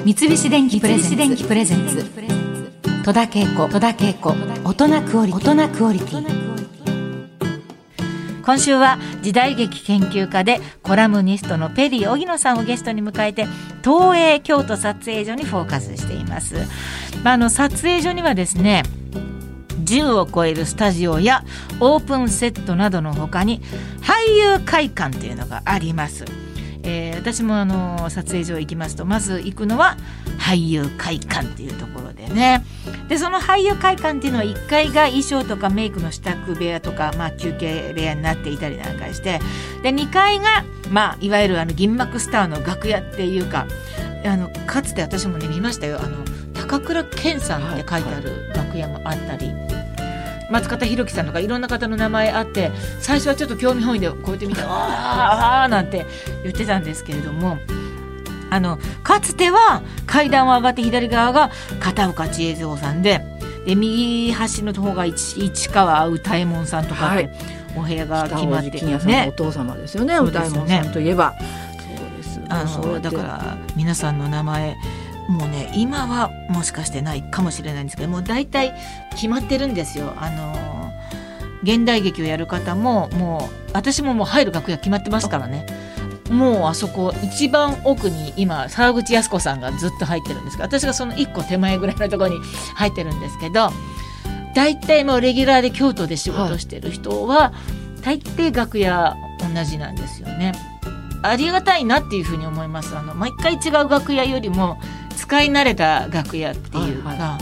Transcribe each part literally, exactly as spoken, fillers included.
三菱電機プレゼンツ戸田恵子大人クオリティ。今週は時代劇研究家でコラムニストのペリー荻野さんをゲストに迎えて、東映京都撮影所にフォーカスしています。まあ、あの撮影所にはですね、じゅうを超えるスタジオやオープンセットなどの他に俳優会館というのがあります。えー、私もあの撮影所行きますと、まず行くのは俳優会館っていうところでね。でその俳優会館っていうのはいっかいが衣装とかメイクの支度部屋とか、まあ、休憩部屋になっていたりなんかして、でにかいが、まあ、いわゆるあの銀幕スターの楽屋っていうか、あのかつて私もね見ましたよ。あの高倉健さんって書いてある楽屋もあったり、松方弘樹さんとかいろんな方の名前あって、最初はちょっと興味本位でこうやって見てあーあーなんて言ってたんですけれども、あのかつては階段を上がって左側が片岡千恵蔵さんで、で右端の方が 市, 市川歌右衛門さんとかってお部屋が決まってて、ね、 北大路欣也さんのお父様ですよね。歌右衛門さんといえばそうです。 あのだから皆さんの名前もうね、今はもしかしてないかもしれないんですけど、もう大体決まってるんですよ。あの現代劇をやる方ももう私ももう入る楽屋決まってますからね。もうあそこ一番奥に今沢口靖子さんがずっと入ってるんですけど、私がそのいっこ手前ぐらいのところに入ってるんですけど、大体もうレギュラーで京都で仕事してる人は大抵楽屋同じなんですよね。ありがたいなっていうふうに思います。あの毎回違う楽屋よりも使い慣れた楽屋っていうか、はいはい、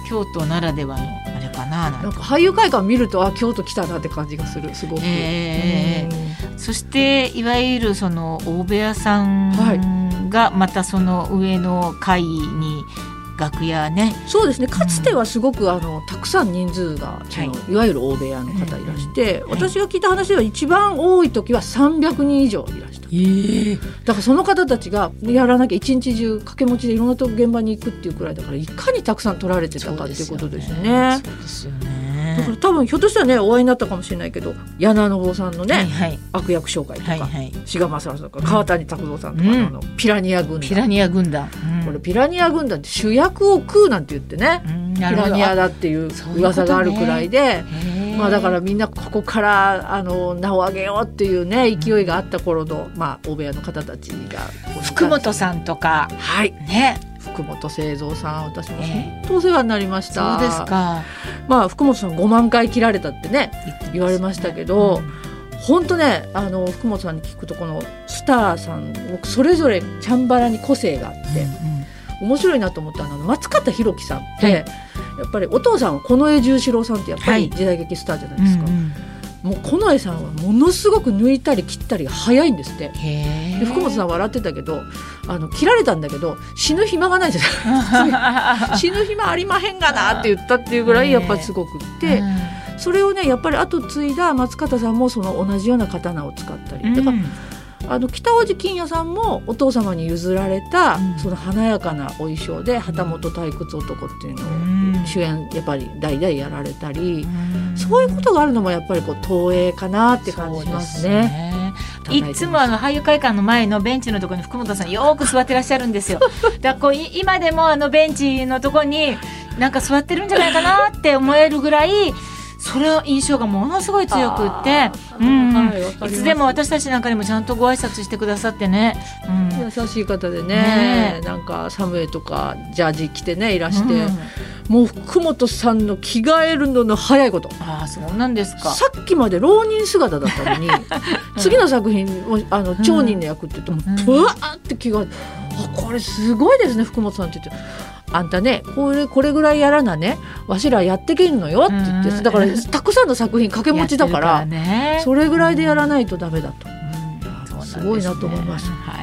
京都ならではのあれかな。なんなんか俳優会館見るとあ京都来たなって感じがする、すごく、 えー、そしていわゆるその大部屋さんがまたその上の階に楽屋ね。 そうですね。かつてはすごくあのたくさん人数がその、はい、いわゆる大部屋の方いらして、うん、私が聞いた話では一番多い時はさんびゃくにん以上いらした。えー、だからその方たちがやらなきゃ一日中掛け持ちでいろんなとこ現場に行くっていうくらいだから、いかにたくさん取られてたかっていうことですよね。 そうですよね。 だから多分ひょっとしたらねお会いになったかもしれないけど、柳信夫さんのね、はいはい、悪役紹介とか、はいはい、志賀正和とか、うん、川谷拓三さんとか の,、うん、のピラニア軍団ピラニア軍団、うん、 これピラニア軍団って主役を食うなんて言ってね、うん、ピラニアだっていう噂があるくらいで、まあ、だからみんなここからあの名を上げようっていうね勢いがあった頃の、まあ、大部屋の方たちが福本さんとか、 はいね、福本清三さん、私も本当お世話になりました、 えー、そうですか。 まあ、福本さんごまんかい切られたってね言われましたけど、うん、本当ねあの福本さんに聞くとこのスターさんそれぞれチャンバラに個性があって、うんうん、面白いなと思ったのは松方弘樹さんって、はい、やっぱりお父さんは近衛十四郎さんってやっぱり時代劇スターじゃないですか、はい、うんうん、もう近衛さんはものすごく抜いたり切ったりが早いんですって。へで福本さん笑ってたけどあの切られたんだけど死ぬ暇がないです死ぬ暇ありまへんがなって言ったっていうぐらいやっぱりすごくって、それをねやっぱり後継いだ松方さんもその同じような刀を使ったり、だからあの北大路欣也さんもお父様に譲られた、うん、その華やかなお衣装で旗本退屈男っていうのを主演やっぱり代々やられたり、うん、そういうことがあるのもやっぱりこう東映かなって感じしますね。 いつもあの俳優会館の前のベンチのところに福本さんよく座ってらっしゃるんですよ。だからこう今でもあのベンチのところになんか座ってるんじゃないかなって思えるぐらいそれは印象がものすごい強くって、うんうんはい、いつでも私たちなんかにもちゃんとご挨拶してくださってね、うん、 優しい方で ね, ねなんかサムエとかジャージ着てねいらして、うん、もう福本さんの着替えるのの早いこと。 あそうなんですか。 さっきまで浪人姿だったのに、うん、次の作品あの町人の役って言ってもブワーって着替え、うん、あこれすごいですね福本さんって言って、あんたねこれ、これぐらいやらなねわしらやってけんのよって言って、だからたくさんの作品掛け持ちだから、からね、それぐらいでやらないとダメだと、うんうん、すごいなと思います、 はい、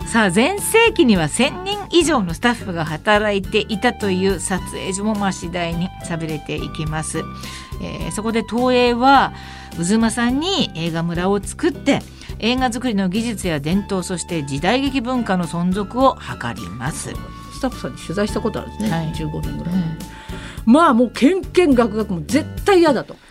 さあ全盛期にはせんにん以上のスタッフが働いていたという撮影所もまあ次第に寂れていきます、えー、そこで東映は渦間さんに映画村を作って映画作りの技術や伝統、そして時代劇文化の存続を図ります。 スタッフさんに取材したことあるんですね、はい、じゅうごにんぐらい、うん、まあもうけんけんがくがくも絶対嫌だと、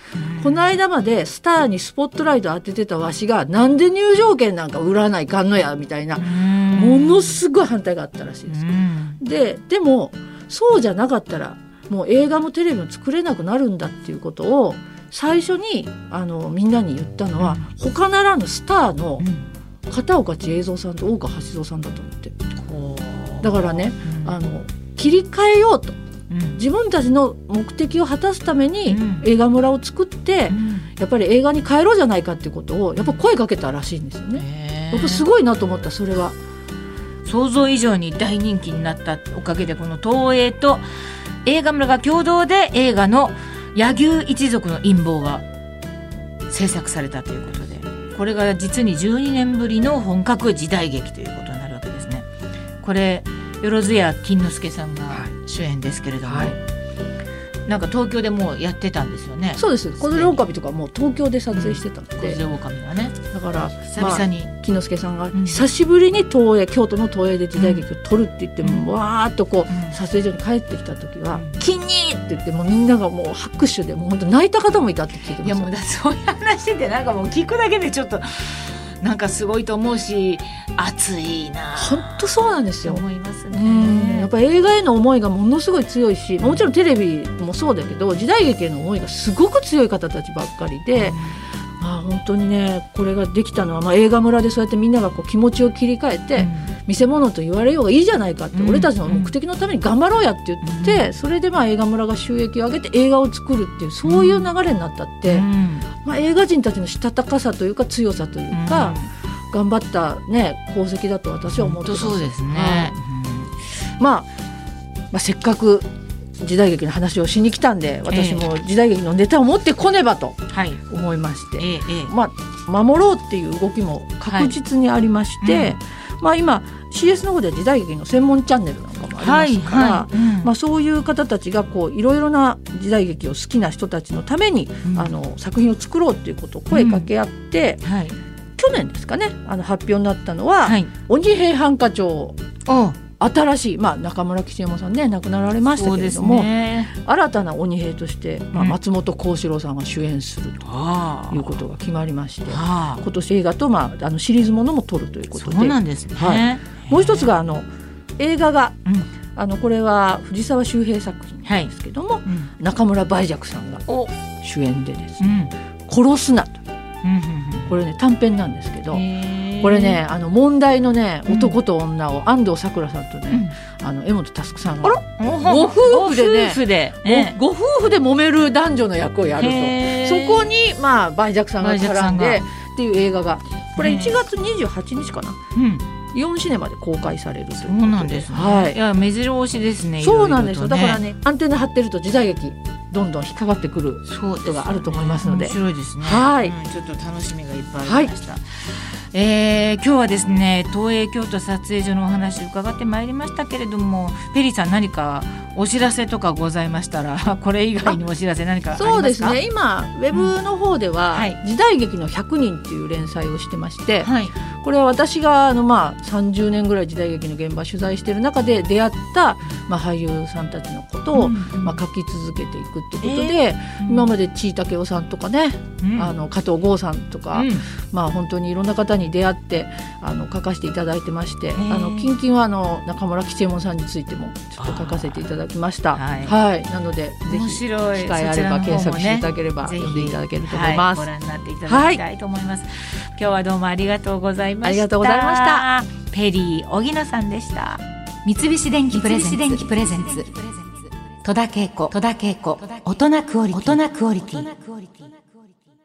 この間までスターにスポットライト当ててたわしがなんで入場券なんか売らないかんのやみたいな、ものすごい反対があったらしいです。で、でもそうじゃなかったらもう映画もテレビも作れなくなるんだっていうことを最初にあのみんなに言ったのは、うん、他ならぬスターの片岡千恵蔵さんと大川橋蔵さんだと思って、うん、だからね、うん、あの切り替えようと、うん、自分たちの目的を果たすために映画村を作って、うん、やっぱり映画に帰ろうじゃないかっていうことをやっぱ声かけたらしいんですよね。やっぱすごいなと思った。それは想像以上に大人気になったおかげで、この東映と映画村が共同で映画の柳生一族の陰謀が制作されたということで、これが実にじゅうにねんぶりの本格時代劇ということになるわけですね。これ万屋金之助さんが主演ですけれども、はいはい、なんか東京でもうやってたんですよね。 そうです。小連狼とかもう東京で撮影してたので、 小連狼はね、 だから久々に、 まあ、金之助さんが久しぶりに東映、京都の東映で時代劇を撮るって言っても、うん、わーっとこう、うん、撮影所に帰ってきた時は、うん、金にって言ってもうみんながもう拍手でもう本当泣いた方もいたって聞いてます。 いやもうだそういう話してなんかもう聞くだけでちょっとなんかすごいと思うし、熱いな本当そうなんですよ。 思いますね。 うんやっぱ映画への思いがものすごい強いし、もちろんテレビもそうだけど時代劇への思いがすごく強い方たちばっかりで、うんまあ、本当にねこれができたのは、まあ、映画村でそうやってみんながこう気持ちを切り替えて、うん、見せ物と言われようがいいじゃないかって、うん、俺たちの目的のために頑張ろうやって言って、うん、それでまあ映画村が収益を上げて映画を作るっていうそういう流れになったって、うんまあ、映画人たちのしたたかさというか強さというか、うん頑張った、ね、功績だと私は思ってます。 そうですね、 はいうんまあ、まあせっかく時代劇の話をしに来たんで私も時代劇のネタを持ってこねばと思いまして、えーえーまあ、守ろうっていう動きも確実にありまして、はいうんまあ、今 シーエス の方では時代劇の専門チャンネルなんかもありますから、はいはいうんまあ、そういう方たちがこういろいろな時代劇を好きな人たちのために、うん、あの作品を作ろうっていうことを声かけ合って、うんはい去年ですかねあの発表になったのは、はい、鬼平犯科帳新しい、まあ、中村吉右衛門さんね亡くなられましたけれども、ね、新たな鬼平として、まあ、松本幸四郎さんが主演するということが決まりまして、今年映画と、まあ、あのシリーズものも撮るということで、 そうなんですね、はい、 もう一つがあの映画が、うん、あのこれは藤沢周平作品なんですけども、はいうん、中村梅雀さんが主演でですね、うん、殺すなとこれね短編なんですけど、これねあの問題のね男と女を安藤サクラさんとね、うん、あの江本佑さんがご夫婦でねご夫婦で、えー、ご夫婦で揉める男女の役をやると、そこにまあ梅雀さんが絡んでっていう映画がこれいちがつにじゅうはちにちかな、うんイオンシネマで公開されるということで。 そうなんですね、はい、いや目白押しですね。 そうなんですよ、ね、だからねアンテナ張ってると時代劇どんどん引っかかってくることがあると思いますので、 面白いですね。 はい、うん、 ちょっと楽しみがいっぱいありました、はいえー、今日はですね東映京都撮影所のお話伺ってまいりましたけれども、ペリーさん何かお知らせとかございましたらこれ以外にお知らせ何かありますか？ そうですね今ウェブの方では、うんはい、時代劇のひゃくにんっていう連載をしてまして、はい、これは私があの、まあ、さんじゅうねんぐらい時代劇の現場取材している中で出会った、まあ、俳優さんたちのことを、うんまあ、書き続けていくってことで、えー、今まで地井武雄さんとかね、うん、あの加藤剛さんとか、うんまあ、本当にいろんな方に出会ってあの書かせていただいてまして、あの近々はあの中村吉右衛門さんについてもちょっと書かせていただきました。はい、はい、なのでぜひ機会あれば検索していただければ、ね、読んでいただけると思います。 はい、ご覧になっていただきたいと思います、はい、今日はどうもありがとうございました。 ありがとうございました。 ペリー荻野さんでした。 三菱電機プレゼンツ戸田恵子大人クオリティ